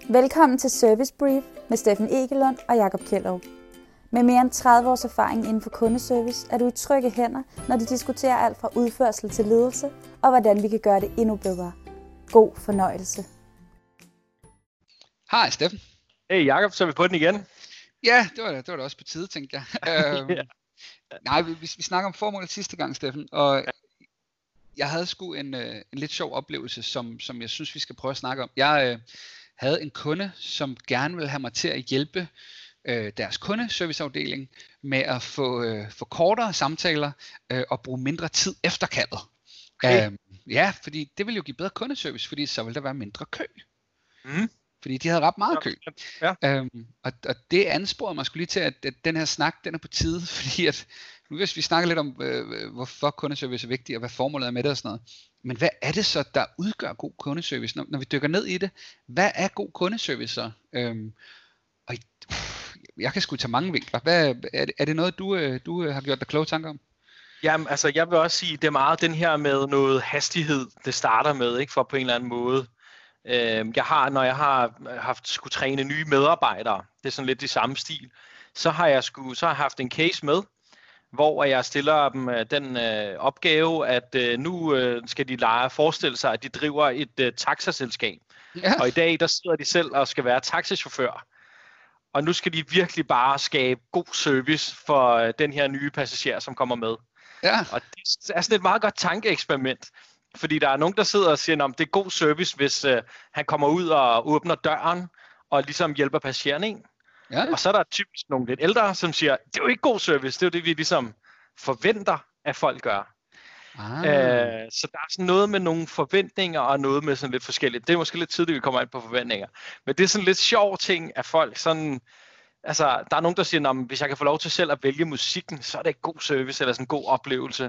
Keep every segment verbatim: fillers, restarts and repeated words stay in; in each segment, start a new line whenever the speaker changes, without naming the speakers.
Velkommen til Service Brief med Steffen Egelund og Jakob Kjellerup. Med mere end tredive års erfaring inden for kundeservice er du i trygge hænder, når de diskuterer alt fra udførsel til ledelse og hvordan vi kan gøre det endnu bedre. God fornøjelse.
Hej Steffen.
Hey Jakob, så er vi på den igen.
Ja, det var det, det var da også på tide, tænkte jeg. øhm, yeah. Nej, vi, vi snakker om formålet sidste gang, Steffen, og jeg havde sgu en, en lidt sjov oplevelse, som, som jeg synes, vi skal prøve at snakke om. Jeg øh, havde en kunde, som gerne ville have mig til at hjælpe øh, deres kundeserviceafdeling med at få, øh, få kortere samtaler øh, og bruge mindre tid efter kaldet. Okay. Øhm, ja, fordi det ville jo give bedre kundeservice, fordi så ville der være mindre kø. Mm. Fordi de havde ret meget kø. Ja. Øhm, og, og det ansporede mig skulle lige til, at, at den her snak, den er på tide, fordi at, nu hvis vi snakker lidt om, øh, hvorfor kundeservice er vigtigt, og hvad formålet er med det og sådan noget. Men hvad er det så, der udgør god kundeservice? Når, når vi dykker ned i det, hvad er god kundeservice så? Øhm, og uff, jeg kan sgu tage mange vinkler. Hvad, er, det, er det noget, du, du har gjort dig kloge tanker om?
Jamen, altså jeg vil også sige, det er meget den her med noget hastighed, det starter med, ikke, for på en eller anden måde. Jeg har, når jeg har haft skulle træne nye medarbejdere, det er sådan lidt i samme stil, så har jeg skulle, så har jeg haft en case med, hvor jeg stiller dem den øh, opgave, at øh, nu øh, skal de lege forestille sig, at de driver et øh, taxaselskab. Ja. Og i dag der sidder de selv og skal være taxichauffør. Og nu skal de virkelig bare skabe god service for øh, den her nye passager, som kommer med. Ja. Og det er sådan et meget godt tankeeksperiment. Fordi der er nogen, der sidder og siger, at det er god service, hvis øh, han kommer ud og åbner døren og ligesom hjælper passageren ind. Ja. Og så er der typisk nogle lidt ældre, som siger, det er jo ikke god service, det er jo det, vi ligesom forventer, at folk gør. Ah. Øh, så der er sådan noget med nogle forventninger og noget med sådan lidt forskelligt. Det er måske lidt tidligt, vi kommer ind på forventninger. Men det er sådan lidt sjov ting, at folk sådan... Altså, der er nogen, der siger, at hvis jeg kan få lov til selv at vælge musikken, så er det ikke god service eller sådan en god oplevelse.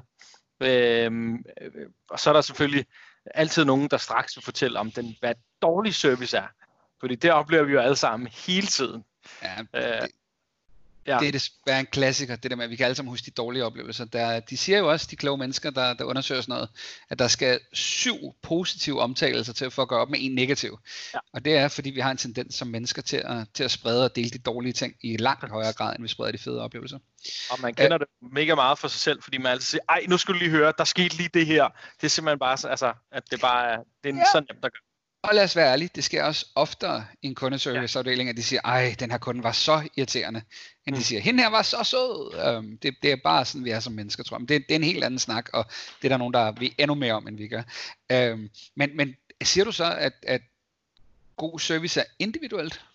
Øhm, og så er der selvfølgelig altid nogen, der straks vil fortælle om, den, hvad dårlig service er. Fordi det oplever vi jo alle sammen hele tiden.
Ja, det, ja. det er desværre en klassiker, det der med, at vi kan alle sammen huske de dårlige oplevelser. Der, de siger jo også, de kloge mennesker, der, der undersøger sådan noget, at der skal syv positive omtagelser til for at gøre op med en negativ. Ja. Og det er, fordi vi har en tendens som mennesker til at, til at sprede og dele de dårlige ting i langt højere grad, end vi spreder de fede oplevelser.
Og man kender det mega meget for sig selv, fordi man altid siger, ej, nu skulle du lige høre, der skete lige det her. Det er simpelthen bare, altså, at det bare er, det er ja. så nemt at gøre.
Og lad os være ærlige, det sker også oftere i en kundeserviceafdeling, at de siger, ej, den her kunde var så irriterende, end mm. de siger, hende her var så sød. Um, det, det er bare sådan, vi er som mennesker, tror jeg. Men det, det er en helt anden snak, og det er der nogen, der ved endnu mere om, end vi gør. Um, men, men siger du så, at, at god service er individuelt?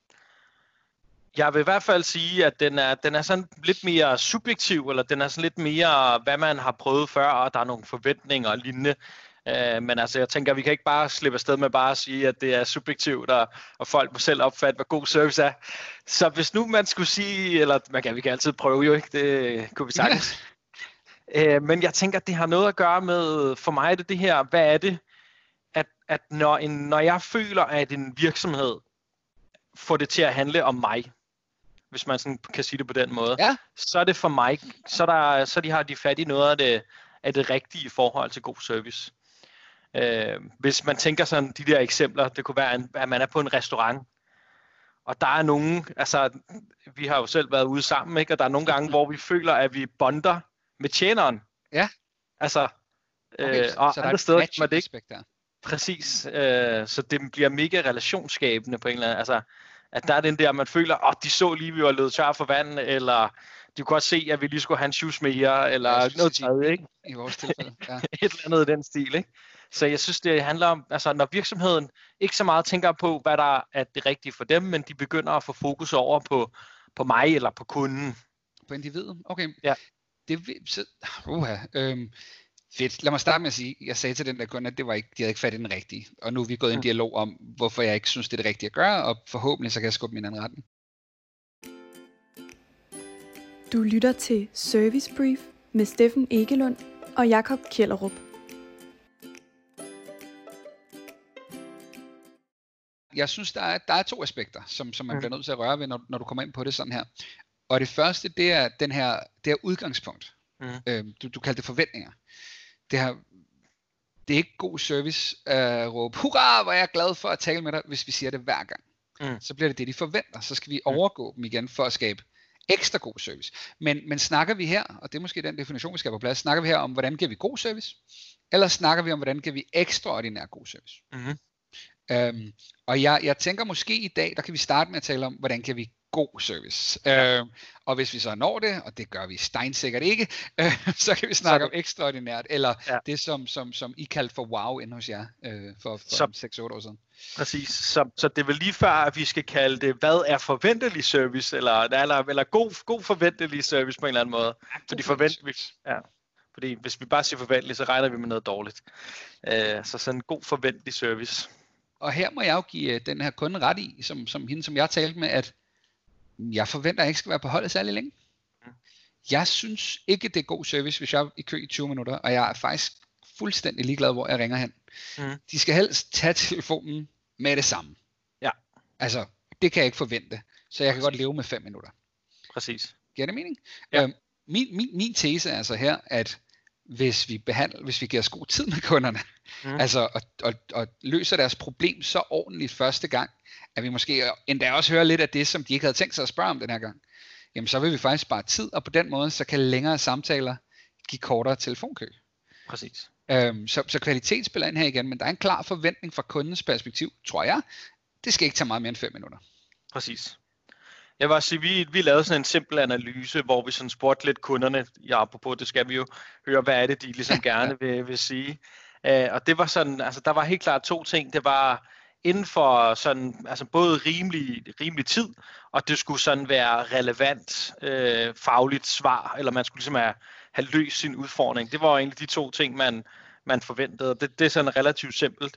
Jeg vil i hvert fald sige, at den er, den er sådan lidt mere subjektiv, eller den er sådan lidt mere, hvad man har prøvet før, og der er nogle forventninger og lignende. Uh, men altså, jeg tænker, vi kan ikke bare slippe afsted med bare at sige, at det er subjektivt, og, og folk må selv opfatte, hvad god service er. Så hvis nu man skulle sige, eller man kan, vi kan altid prøve jo, ikke? Det kunne vi sagtens. uh, men jeg tænker, at det har noget at gøre med, for mig er det det her, hvad er det, at, at når, en, når jeg føler, at en virksomhed får det til at handle om mig, hvis man sådan kan sige det på den måde, ja. så er det for mig, så, der, så de har de fat i noget af det, af det rigtige i forhold til god service. Øh, hvis man tænker sådan, de der eksempler, det kunne være, en, at man er på en restaurant, og der er nogen, altså, vi har jo selv været ude sammen, ikke? Og der er nogle gange, hvor vi føler, at vi bonder med tjeneren.
Ja.
Altså,
okay,
øh, og
så
andre steder kan man det ikke.
Der.
Præcis, øh, så det bliver mega relationsskabende på en eller anden, altså, at der er den der, man føler, at oh, de så lige, vi var løbet tør for vand, eller de kunne også se, at vi lige skulle have en shoes med her, eller ja, noget tredje, ikke?
I vores tilfælde, ja.
Et eller andet i den stil, ikke? Så jeg synes, det handler om, altså når virksomheden ikke så meget tænker på, hvad der er det rigtige for dem, men de begynder at få fokus over på, på mig eller på kunden.
På individet? Okay.
Ja.
Det, så, uh, øhm, fedt. Lad mig starte med at sige, jeg sagde til den der kunde, at det var ikke, de havde ikke fat i den rigtige. Og nu er vi gået i en dialog om, hvorfor jeg ikke synes, det er det rigtige at gøre, og forhåbentlig så kan jeg skubbe min anden retning.
Du lytter til Service Brief med Steffen Egelund og Jakob Kjellerup.
Jeg synes, der er, der er to aspekter, som, som man mm. bliver nødt til at røre ved, når, når du kommer ind på det sådan her. Og det første, det er den her, det her udgangspunkt. Mm. Øhm, du, du kaldte det forventninger. Det her, det er ikke god service at uh, råbe, hurra, hvor er jeg glad for at tale med dig, hvis vi siger det hver gang. Mm. Så bliver det det, de forventer. Så skal vi overgå mm. dem igen for at skabe ekstra god service. Men, men snakker vi her, og det er måske den definition, vi skal på plads, snakker vi her om, hvordan giver vi god service, eller snakker vi om, hvordan giver vi ekstraordinær god service? Mm-hmm. Øhm, og jeg, jeg tænker måske i dag, der kan vi starte med at tale om, hvordan giver vi god service. Ja. Øhm, og hvis vi så når det, og det gør vi steinsikkert ikke, øh, så kan vi snakke om ekstraordinært, eller ja. det, som, som, som I kaldte for wow inde hos jer øh, for, for seks otte år siden.
Præcis, så, så det er vel lige før, at vi skal kalde det, hvad er forventelig service, eller, eller, eller god, god forventelig service på en eller anden måde. Ja, fordi, forvent, ja, fordi hvis vi bare siger forventelig, så regner vi med noget dårligt. Øh, så sådan en god forventelig service.
Og her må jeg jo give den her kunde ret i, som, som hende, som jeg talte med, at jeg forventer, at jeg ikke skal være på holdet særlig længe. Mm. Jeg synes ikke, det er god service, hvis jeg er i kø i tyve minutter, og jeg er faktisk fuldstændig ligeglad, hvor jeg ringer hen. Mm. De skal helst tage telefonen med det samme.
Ja.
Altså, det kan jeg ikke forvente, så jeg kan Præcis. godt leve med fem minutter.
Præcis.
Giver det mening? Ja. Øhm, min, min, min tese er altså her, at hvis vi behandler, hvis vi giver os god tid med kunderne, mm. altså og, og, og løser deres problem så ordentligt første gang, at vi måske endda også hører lidt af det, som de ikke havde tænkt sig at spørge om den her gang, jamen så vil vi faktisk spare tid, og på den måde, så kan længere samtaler give kortere telefonkø.
Præcis.
Øhm, så, så kvalitet spiller ind her igen, men der er en klar forventning fra kundens perspektiv, tror jeg. Det skal ikke tage meget mere end fem minutter.
Præcis. Jeg vil også sige, vi, vi lavede sådan en simpel analyse, hvor vi sådan spurgte lidt kunderne, ja, apropos det skal vi jo høre, hvad er det, de ligesom gerne vil, vil sige. Uh, og det var sådan, altså der var helt klart to ting. Det var inden for sådan, altså både rimelig, rimelig tid, og det skulle sådan være relevant øh, fagligt svar, eller man skulle ligesom have, have løst sin udfordring. Det var egentlig de to ting, man, man forventede. Det, det er sådan relativt simpelt.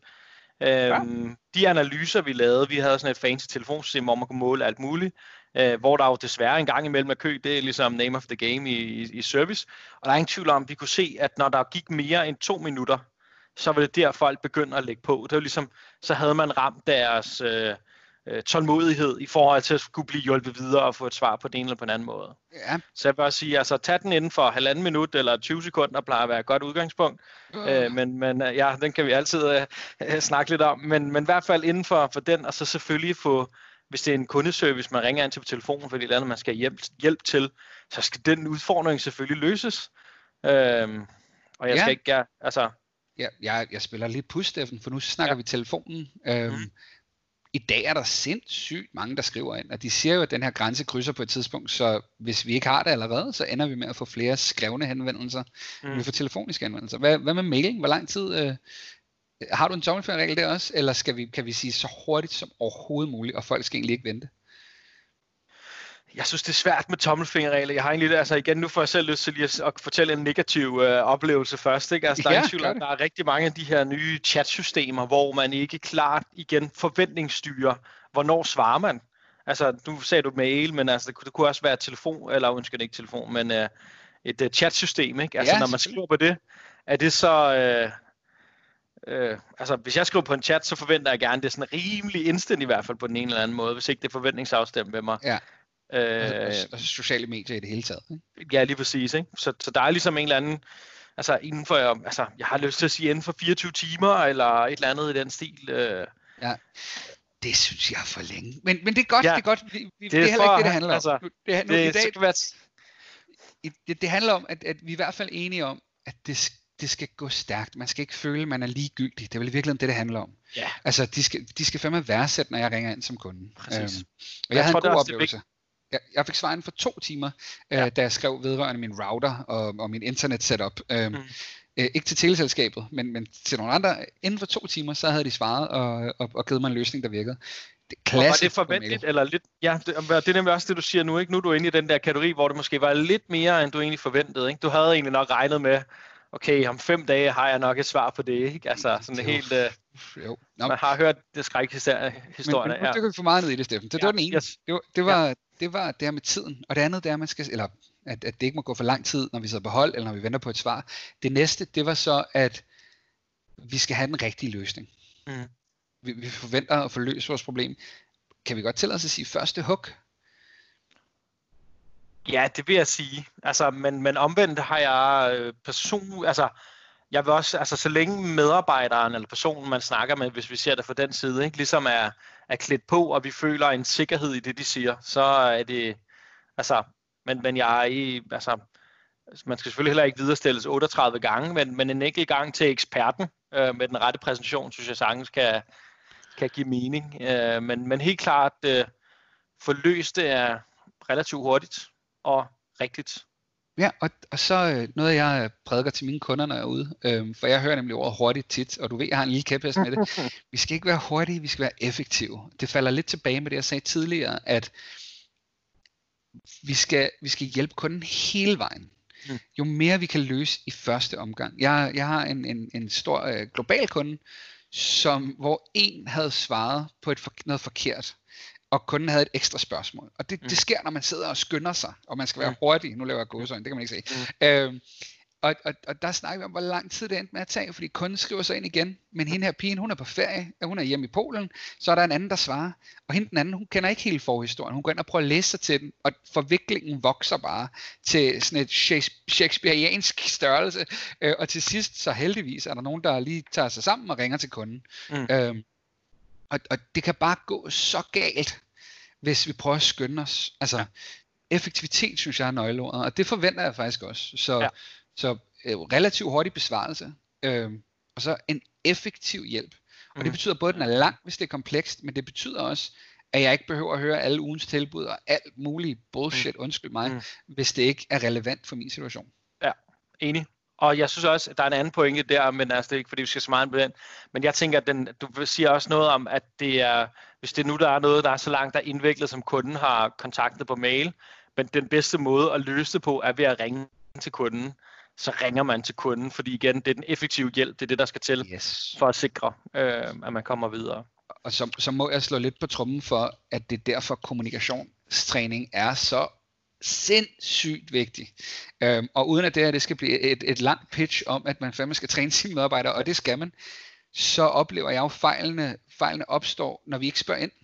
Øhm, ja. De analyser, vi lavede, vi havde sådan et fancy telefonsystem, hvor man kunne måle alt muligt, øh, hvor der jo desværre en gang imellem er kø, det er ligesom name of the game i, i, i service, og der er ingen tvivl om, at vi kunne se, at når der gik mere end to minutter, så var det der, folk begyndte at lægge på. Det var ligesom, så havde man ramt deres øh, øh, tålmodighed i forhold til at skulle blive hjulpet videre og få et svar på den ene eller på den anden måde. Ja. Så jeg vil også sige, altså tag den inden for halvanden minut eller tyve sekunder, plejer at være et godt udgangspunkt. Uh. Øh, men, men ja, den kan vi altid øh, snakke lidt om. Men, men i hvert fald inden for, for den, og så selvfølgelig få, hvis det er en kundeservice, man ringer ind til på telefonen, fordi det er andet, man skal hjælp, hjælp til, så skal den udfordring selvfølgelig løses. Øh, og jeg skal ja. ikke, ja, altså...
Ja, jeg, jeg spiller lidt pus, Steffen, for nu snakker ja. vi telefonen. Øhm, mm. I dag er der sindssygt mange, der skriver ind, og de siger jo, at den her grænse krydser på et tidspunkt, så hvis vi ikke har det allerede, så ender vi med at få flere skrevne henvendelser, mm. end vi får telefoniske henvendelser. Hvad, hvad med mailing? Hvor lang tid... Øh, har du en tommelfingerregel der også, eller skal vi, kan vi sige så hurtigt som overhovedet muligt, og folk skal egentlig ikke vente?
Jeg synes, det er svært med tommelfingerregler. Jeg har egentlig, altså igen, nu får jeg selv lyst til lige at fortælle en negativ øh, oplevelse først. Ikke? Altså, der, ja, er tvivl, der er rigtig mange af de her nye chatsystemer, hvor man ikke klart igen forventningsstyrer, hvornår svarer man. Altså, nu sagde du mail, men altså, det, det kunne også være telefon, eller undskyld ikke telefon, men øh, et uh, chatsystem. Ikke? Altså, ja, når man skriver på det, er det så... Øh, Øh, altså hvis jeg skriver på en chat, så forventer jeg gerne det er sådan rimelig instant i hvert fald på den ene eller anden måde, hvis ikke det er forventningsafstemt ved mig.
Ja. Øh, og, og sociale medier i det hele taget. Ikke?
Ja, lige præcis. Ikke? Så, så der er ligesom en eller anden, altså inden for, altså jeg har lyst til at sige inden for fireogtyve timer eller et eller andet i den stil. Øh.
Ja. Det synes jeg er for længe. Men, men det er godt, ja. det er godt. Vi, vi,
det,
det er heller
for,
ikke det, det handler
altså,
om. Det, nu,
det,
i dag,
det,
det, det handler om, at, at vi er i hvert fald enige om, at det det skal gå stærkt. Man skal ikke føle, at man er ligegyldig. Det er vel i virkeligheden det, det handler om.
Ja.
Altså, de skal, de skal fandme værdsætte, når jeg ringer ind som kunde.
Præcis. Øhm,
og jeg, jeg havde tror, en god oplevelse. Jeg, jeg fik svar inden for to timer, ja. øh, da jeg skrev vedrørende min router og, og min internet setup. Øhm, mm. øh, ikke til teleselskabet, men, men til nogle andre. Inden for to timer, så havde de svaret og, og, og givet mig en løsning, der virkede.
Det er klassisk. Var det forventeligt, eller lidt? Ja, det, det er nemlig også det, du siger nu. Ikke? Nu er du inde i den der kategori, hvor det måske var lidt mere, end du egentlig forventede. Ikke? Du havde egentlig nok regnet med, okay, om fem dage har jeg nok et svar på det, ikke? Altså sådan jo. helt... Øh, jo. No. Man har hørt det skrækhistorien.
Men, men nu dykker vi for meget ned i det, Steffen. Det, ja. det var den ene. Yes. Det, var, det, var, ja. det var det her med tiden. Og det andet, det er, at man skal... Eller, at, at det ikke må gå for lang tid, når vi sidder på hold, eller når vi venter på et svar. Det næste, det var så, at vi skal have den rigtige løsning. Mm. Vi, vi forventer at få løst vores problem. Kan vi godt tillade os at sige første hug?
Ja, det vil jeg sige. Altså, men, men omvendt har jeg øh, person, altså jeg vil også, altså så længe medarbejderen eller personen, man snakker med, hvis vi ser det fra den side, ikke, ligesom er, er klædt på, og vi føler en sikkerhed i det, de siger, så er det, altså, men, men jeg er i, altså, man skal selvfølgelig heller ikke viderestilles otteogtredive gange, men, men en enkelt gang til eksperten øh, med den rette præsentation, synes jeg sagtens kan, kan give mening. Øh, men, men helt klart, øh, forløst det er relativt hurtigt og rigtigt.
Ja, og, og så noget, jeg prædiker til mine kunder, når jeg er ude, øhm, for jeg hører nemlig ordet hurtigt tit, og du ved, jeg har en lille kæphest med det. Vi skal ikke være hurtige, vi skal være effektive. Det falder lidt tilbage med det, jeg sagde tidligere, at vi skal, vi skal hjælpe kunden hele vejen. Jo mere vi kan løse i første omgang. Jeg, jeg har en, en, en stor øh, global kunde, som, hvor en havde svaret på et for, noget forkert, og kunden havde et ekstra spørgsmål. Og det, mm. det sker, når man sidder og skynder sig, og man skal være hurtig. Nu laver jeg gåseøjne, det kan man ikke se. Mm. Øhm, og, og, og der snakker vi om, hvor lang tid det endte med at tage, fordi kunden skriver sig ind igen, men hende her pigen, hun er på ferie, hun er hjemme i Polen, så er der en anden, der svarer, og hende den anden, hun kender ikke hele forhistorien, hun går ind og prøver at læse sig til den, og forviklingen vokser bare til sådan et shakespeariansk størrelse, øh, og til sidst, så heldigvis, er der nogen, der lige tager sig sammen og ringer til kunden. Mm. Øhm, og, og det kan bare gå så galt, hvis vi prøver at skynde os. Altså, ja. Effektivitet, synes jeg, er nøgleordet, og det forventer jeg faktisk også. Så, ja. så øh, relativt hurtig besvarelse, øh, og så en effektiv hjælp. Og mm. det betyder både, at den er lang, hvis det er komplekst, men det betyder også, at jeg ikke behøver at høre alle ugens tilbud og alt muligt bullshit, mm. undskyld mig, mm. hvis det ikke er relevant for min situation.
Ja, enig. Og jeg synes også, at der er en anden pointe der, men altså, det er ikke fordi, vi skal så meget på den. Men jeg tænker, at den, du siger også noget om, at det er, hvis det nu der er noget, der er så langt, der er indviklet, som kunden har kontaktet på mail, men den bedste måde at løse det på, er ved at ringe til kunden. Så ringer man til kunden, fordi igen, det er den effektive hjælp, det er det, der skal til, yes. for at sikre, øh, at man kommer videre.
Og så, så må jeg slå lidt på trommen for, at det er derfor kommunikationstræning er så sindssygt vigtig. Øhm, og uden at det her det skal blive et, et langt pitch om, at man fandme skal træne sine medarbejdere, og det skal man, så oplever jeg jo fejlene, fejlene opstår, når vi ikke spørger ind.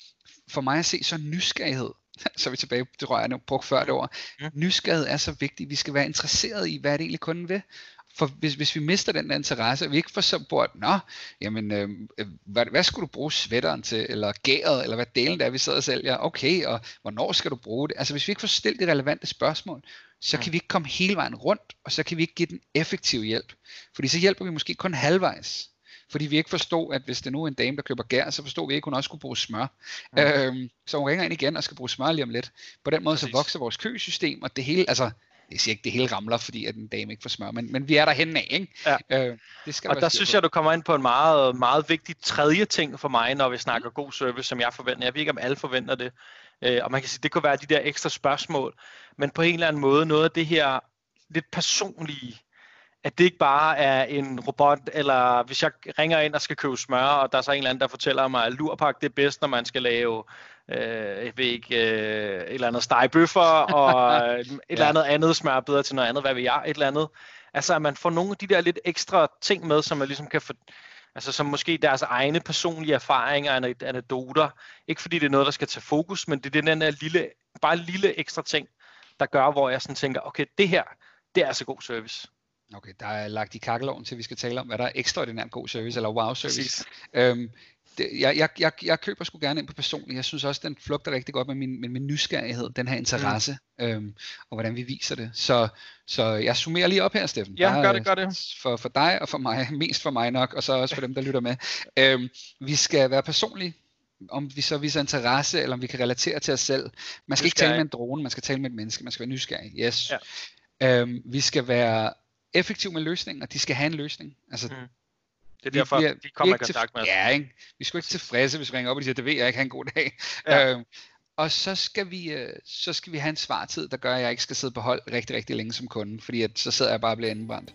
For mig at se, så nysgerrighed, så er vi tilbage, det rører jeg nu, brugt før det ord. Mm. Nysgerrighed er så vigtigt, vi skal være interesseret i, hvad det egentlig kunden vil. For hvis, hvis vi mister den der interesse, og vi ikke får så bort, nå, jamen, øh, hvad, hvad skulle du bruge sweateren til, eller gæret, eller hvad delen der er, vi sidder og sælger, okay, og hvornår skal du bruge det? Altså hvis vi ikke får stillet de relevante spørgsmål, så kan vi ikke komme hele vejen rundt, og så kan vi ikke give den effektiv hjælp. Fordi så hjælper vi måske kun halvvejs. Fordi vi ikke forstod, at hvis det nu er en dame, der køber gær, så forstod vi ikke, at hun også skulle bruge smør. Mm. Øhm, så hun ringer ind igen og skal bruge smør lige om lidt. På den måde Præcis. Så vokser vores køsystem, og det hele, altså, jeg siger ikke, det hele ramler, fordi at en dame ikke får smør, men, men vi er der henne af, ikke?
Ja. Øh, det skal og der synes på. Jeg, du kommer ind på en meget, meget vigtig tredje ting for mig, når vi snakker mm. god service, som jeg forventer. Jeg ved ikke, om alle forventer det. Øh, og man kan sige, det kunne være de der ekstra spørgsmål, men på en eller anden måde, noget af det her lidt personlige, at det ikke bare er en robot, eller hvis jeg ringer ind og skal købe smør, og der er så en eller anden, der fortæller mig, at lurpak det er bedst, når man skal lave øh, jeg ved ikke, øh, et eller andet stegbøffer, og et ja. eller andet andet smør bedre til noget andet, hvad ved jeg, et eller andet. Altså, at man får nogle af de der lidt ekstra ting med, som man ligesom kan få, altså som måske deres egne personlige erfaringer, anekdoter. Ikke fordi det er noget, der skal tage fokus, men det er den der lille, bare lille ekstra ting, der gør, hvor jeg sådan tænker, okay, det her, det er altså god service.
Okay, der er lagt i kakkeloven til, vi skal tale om, hvad der er ekstraordinært god service, eller wow service. Øhm, det, jeg, jeg, jeg, jeg køber sgu gerne ind på personligt. Jeg synes også, den flugter rigtig godt med min, med min nysgerrighed, den her interesse, mm. øhm, og hvordan vi viser det. Så, så jeg summerer lige op her, Steffen.
Ja, der, gør det, gør det.
For, for dig og for mig, mest for mig nok, og så også for dem, der lytter med. Øhm, vi skal være personlige, om vi så viser interesse, eller om vi kan relatere til os selv. Man skal ikke tale med en drone, man skal tale med et menneske, man skal være nysgerrig. Yes. Ja. Øhm, vi skal være effektiv med løsningen, og de skal have en løsning. Altså, mm.
Det er derfor, bliver, de kommer i kontakt med os.
Ja, ikke? Vi skal ikke tilfredse, hvis vi ringer op og siger, det ved jeg ikke, have en god dag. Ja. Øhm, og så skal, vi, øh, så skal vi have en svartid, der gør, at jeg ikke skal sidde på hold rigtig, rigtig længe som kunde, fordi at, så sidder jeg bare og bliver indebrændt.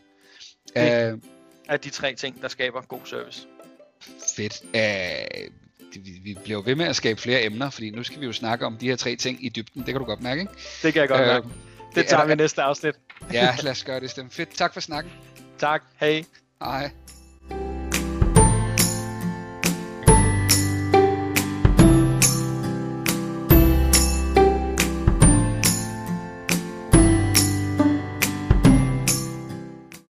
Det øh, er de tre ting, der skaber god service.
Fedt. Øh, vi, vi bliver jo ved med at skabe flere emner, fordi nu skal vi jo snakke om de her tre ting i dybden. Det kan du godt mærke, ikke?
Det kan jeg godt øh, mærke. Det tager vi i næste afsnit.
Ja, lad os gøre det, Steffen. Fedt. Tak for snakken.
Tak. Hej.
Hej.